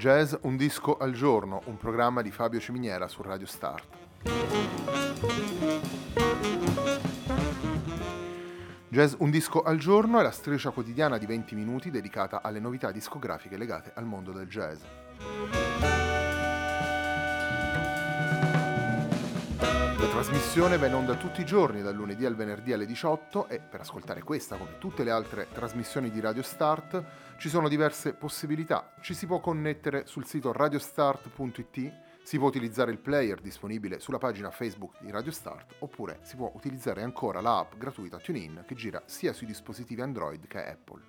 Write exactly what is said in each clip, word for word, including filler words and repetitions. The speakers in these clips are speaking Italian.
Jazz Un Disco al Giorno, un programma di Fabio Ciminiera su Radio Start. Jazz Un Disco al Giorno è la striscia quotidiana di venti minuti dedicata alle novità discografiche legate al mondo del jazz. La trasmissione va in onda tutti i giorni, dal lunedì al venerdì alle diciotto, e per ascoltare questa, come tutte le altre trasmissioni di Radio Start, ci sono diverse possibilità. Ci si può connettere sul sito radiostart punto it, si può utilizzare il player disponibile sulla pagina Facebook di Radio Start, oppure si può utilizzare ancora la app gratuita TuneIn che gira sia sui dispositivi Android che Apple.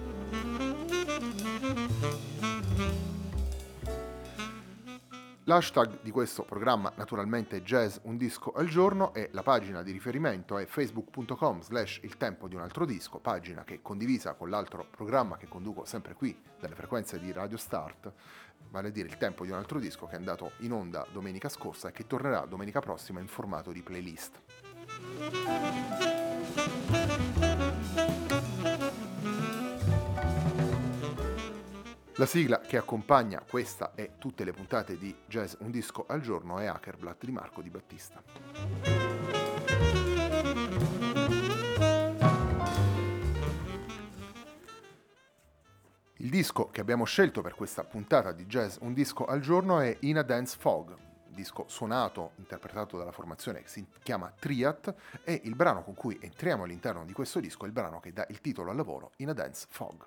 L'hashtag di questo programma naturalmente è Jazz Un Disco al Giorno e la pagina di riferimento è facebook punto com slash il tempo di un altro disco, pagina che è condivisa con l'altro programma che conduco sempre qui dalle frequenze di Radio Start, vale a dire il tempo di un altro disco, che è andato in onda domenica scorsa e che tornerà domenica prossima in formato di playlist. La sigla che accompagna questa e tutte le puntate di Jazz Un Disco al Giorno è Hackerblatt di Marco Di Battista. Il disco che abbiamo scelto per questa puntata di Jazz Un Disco al Giorno è In a Dance Fog, disco suonato, interpretato dalla formazione che si chiama Triad, e il brano con cui entriamo all'interno di questo disco è il brano che dà il titolo al lavoro, In a Dance Fog.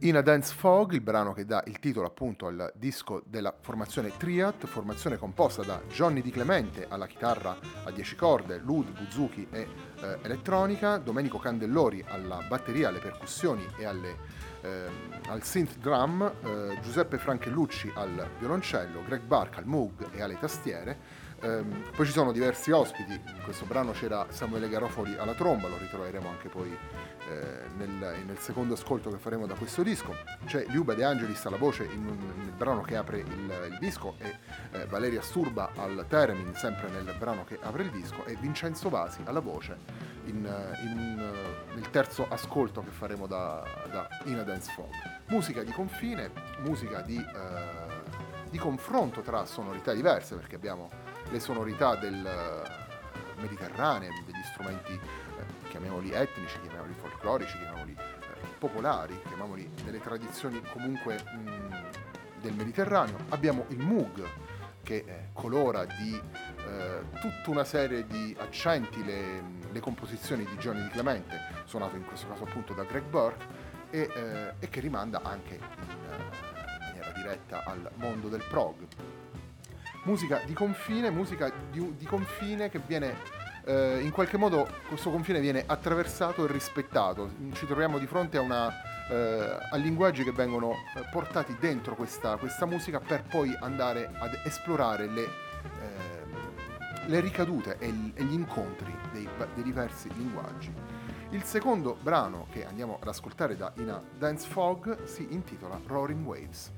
In a Dance Fog, il brano che dà il titolo appunto al disco della formazione Triad, formazione composta da Johnny Di Clemente alla chitarra a dieci corde, Lud, Buzuki e eh, elettronica, Domenico Candellori alla batteria, alle percussioni e alle, eh, al synth drum, eh, Giuseppe Franchellucci al violoncello, Greg Bark al Moog e alle tastiere. Um, poi ci sono diversi ospiti, in questo brano c'era Samuele Garofoli alla tromba, lo ritroveremo anche poi eh, nel, nel secondo ascolto che faremo da questo disco. C'è Liuba De Angelis alla voce in un, nel brano che apre il, il disco e eh, Valeria Sturba al theremin sempre nel brano che apre il disco e Vincenzo Vasi alla voce in, in, nel terzo ascolto che faremo da, da In a Dance Fog. Musica di confine, musica di, eh, di confronto tra sonorità diverse, perché abbiamo le sonorità del Mediterraneo, degli strumenti eh, chiamiamoli etnici, chiamiamoli folclorici, chiamiamoli eh, popolari, chiamiamoli delle tradizioni comunque mh, del Mediterraneo. Abbiamo il Moog che eh, colora di eh, tutta una serie di accenti le, le composizioni di Johnny Di Clemente, suonato in questo caso appunto da Greg Burke, e, eh, e che rimanda anche in, in maniera diretta al mondo del prog. Musica di confine, musica di, di confine che viene, eh, in qualche modo, questo confine viene attraversato e rispettato. Ci troviamo di fronte a, una, eh, a linguaggi che vengono portati dentro questa, questa musica per poi andare ad esplorare le, eh, le ricadute e, il, e gli incontri dei, dei diversi linguaggi. Il secondo brano che andiamo ad ascoltare da In a Dance Fog si intitola Roaring Waves.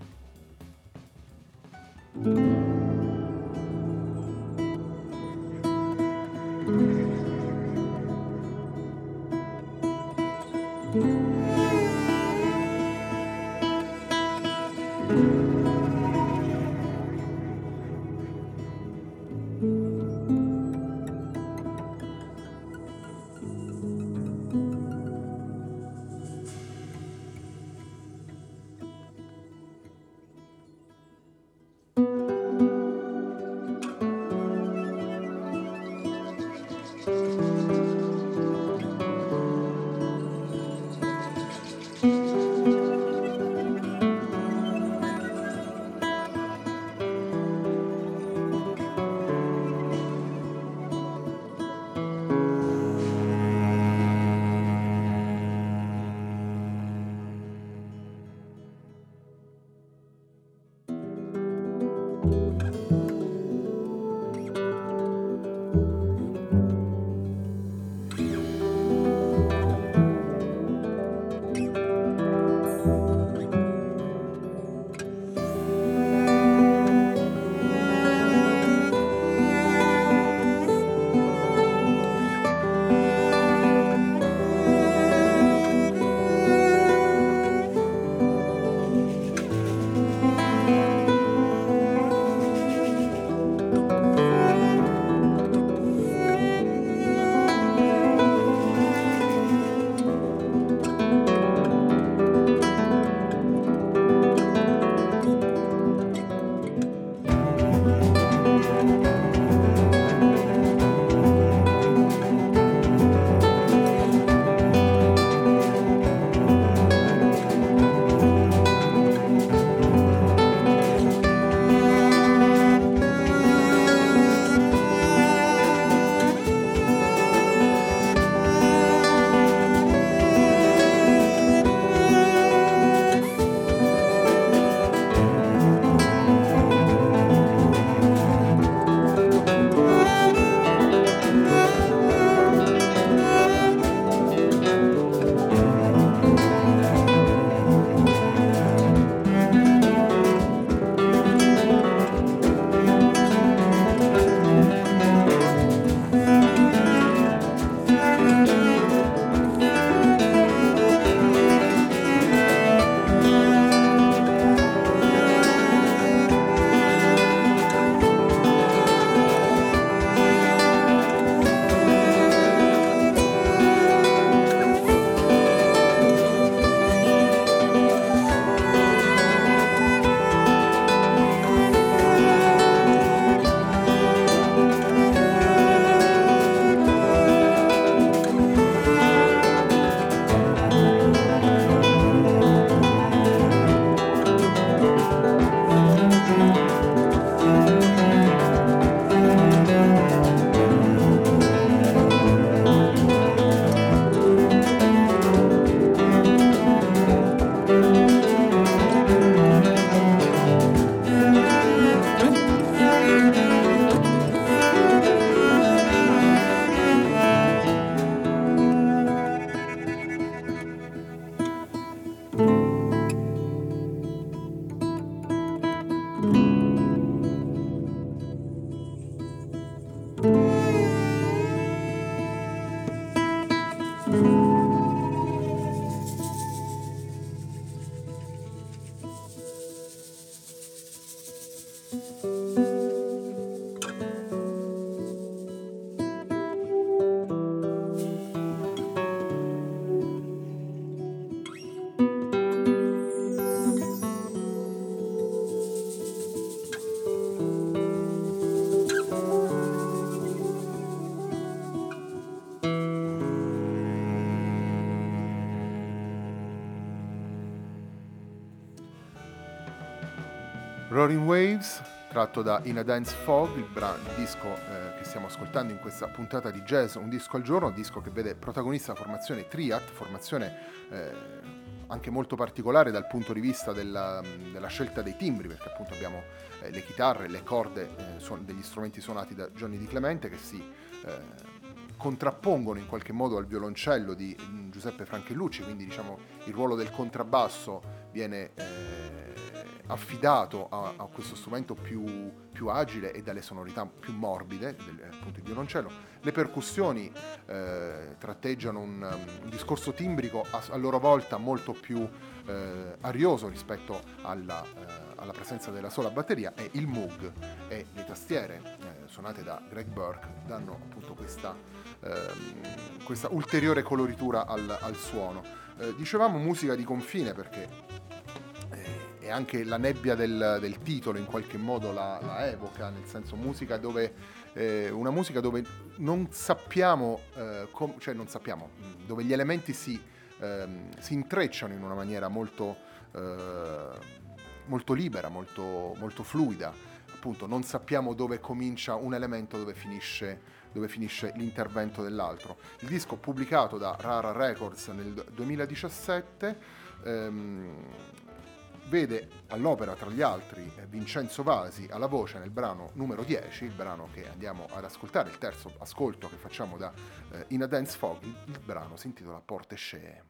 Roaring Waves, tratto da In a Dance Fog, il, bra- il disco eh, che stiamo ascoltando in questa puntata di Jazz Un Disco al Giorno, un disco che vede protagonista la formazione Triad, formazione eh, anche molto particolare dal punto di vista della, della scelta dei timbri, perché appunto abbiamo eh, le chitarre, le corde eh, suon- degli strumenti suonati da Johnny Di Clemente che si eh, contrappongono in qualche modo al violoncello di Giuseppe Franchellucci, quindi diciamo il ruolo del contrabbasso viene eh, affidato a, a questo strumento più, più agile e dalle sonorità più morbide, del, appunto il violoncello. Le percussioni eh, tratteggiano un, un discorso timbrico a, a loro volta molto più eh, arioso rispetto alla, eh, alla presenza della sola batteria, e il Moog e le tastiere eh, suonate da Greg Burke danno appunto questa, ehm, questa ulteriore coloritura al, al suono. Eh, dicevamo musica di confine perché e anche la nebbia del, del titolo in qualche modo la, la evoca, nel senso musica dove eh, una musica dove non sappiamo eh, com- cioè non sappiamo dove gli elementi si, ehm, si intrecciano in una maniera molto eh, molto libera, molto, molto fluida. Appunto non sappiamo dove comincia un elemento, dove finisce, dove finisce l'intervento dell'altro. Il disco pubblicato da Rara Records nel duemiladiciassette ehm, vede all'opera tra gli altri Vincenzo Vasi alla voce nel brano numero dieci, il brano che andiamo ad ascoltare, il terzo ascolto che facciamo da eh, In a Dance Fog. Il, il brano si intitola Porte Scee.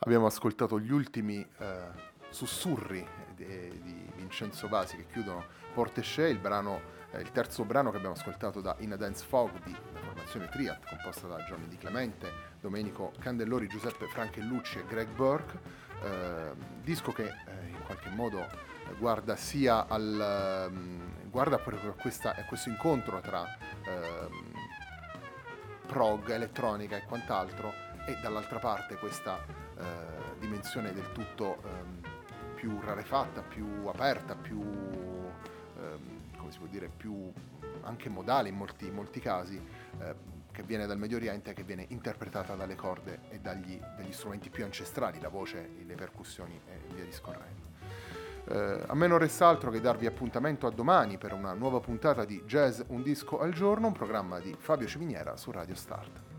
Abbiamo ascoltato gli ultimi eh, sussurri di, di Vincenzo Vasi che chiudono Porte-Sce, il brano, eh, il terzo brano che abbiamo ascoltato da In a Dance Fog di la formazione Triad, composta da Johnny Di Clemente, Domenico Candellori, Giuseppe Franchellucci e Greg Burke, eh, disco che eh, in qualche modo guarda sia al um, guarda proprio a, questa, a questo incontro tra um, prog, elettronica e quant'altro, e dall'altra parte questa uh, dimensione del tutto um, più rarefatta, più aperta, più um, come si può dire, più anche modale in molti, in molti casi, uh, che viene dal Medio Oriente e che viene interpretata dalle corde e dagli, dagli strumenti più ancestrali, la voce, le percussioni e via discorrendo. Uh, a me non resta altro che darvi appuntamento a domani per una nuova puntata di Jazz Un Disco al Giorno, un programma di Fabio Ciminiera su Radio Start.